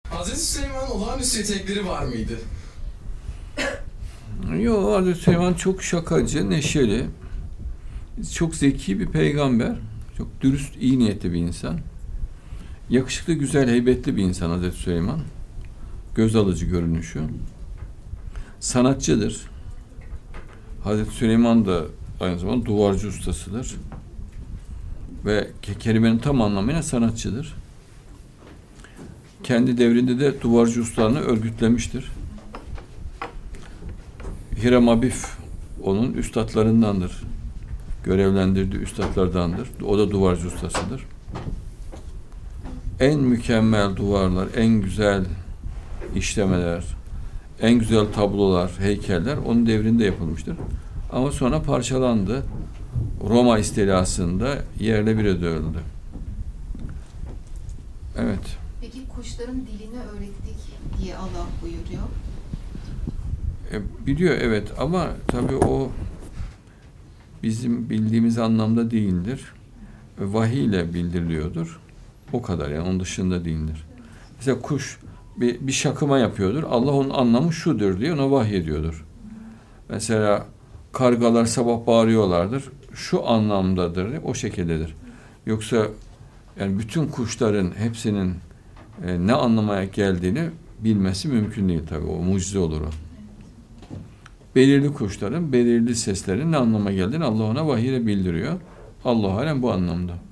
Hazreti Süleyman olağanüstü yetenekleri var mıydı? Yok, Hazreti Süleyman çok şakacı, neşeli, çok zeki bir peygamber, çok dürüst, iyi niyetli bir insan. Yakışıklı, güzel, heybetli bir insan Hazreti Süleyman. Göz alıcı görünüşü. Sanatçıdır. Hazreti Süleyman da aynı zamanda duvarcı ustasıdır. Ve kelimenin tam anlamıyla sanatçıdır. Kendi devrinde de duvarcı ustalarını örgütlemiştir. Hiram Abif onun üstadlarındandır. Görevlendirdiği üstadlardandır. O da duvarcı ustasıdır. En mükemmel duvarlar, en güzel işlemeler, en güzel tablolar, heykeller onun devrinde yapılmıştır. Ama sonra parçalandı. Roma istilasında yerle bir edildi. Evet. Peki kuşların dilini öğrettik diye Allah buyuruyor. Biliyor, evet, ama tabii o bizim bildiğimiz anlamda değildir. Vahiy ile bildiriliyordur. O kadar, yani onun dışında değildir. Mesela kuş bir şakıma yapıyordur. Allah onun anlamı şudur diye ona vahyediyordur. Mesela kargalar sabah bağırıyorlardır. Şu anlamdadır, o şekildedir. Yoksa yani bütün kuşların hepsinin ne anlamaya geldiğini bilmesi mümkün değil tabii. O mucize olur o. Belirli kuşların belirli seslerin ne anlama geldiğini Allah ona vahiy ile bildiriyor. Allah alem bu anlamda.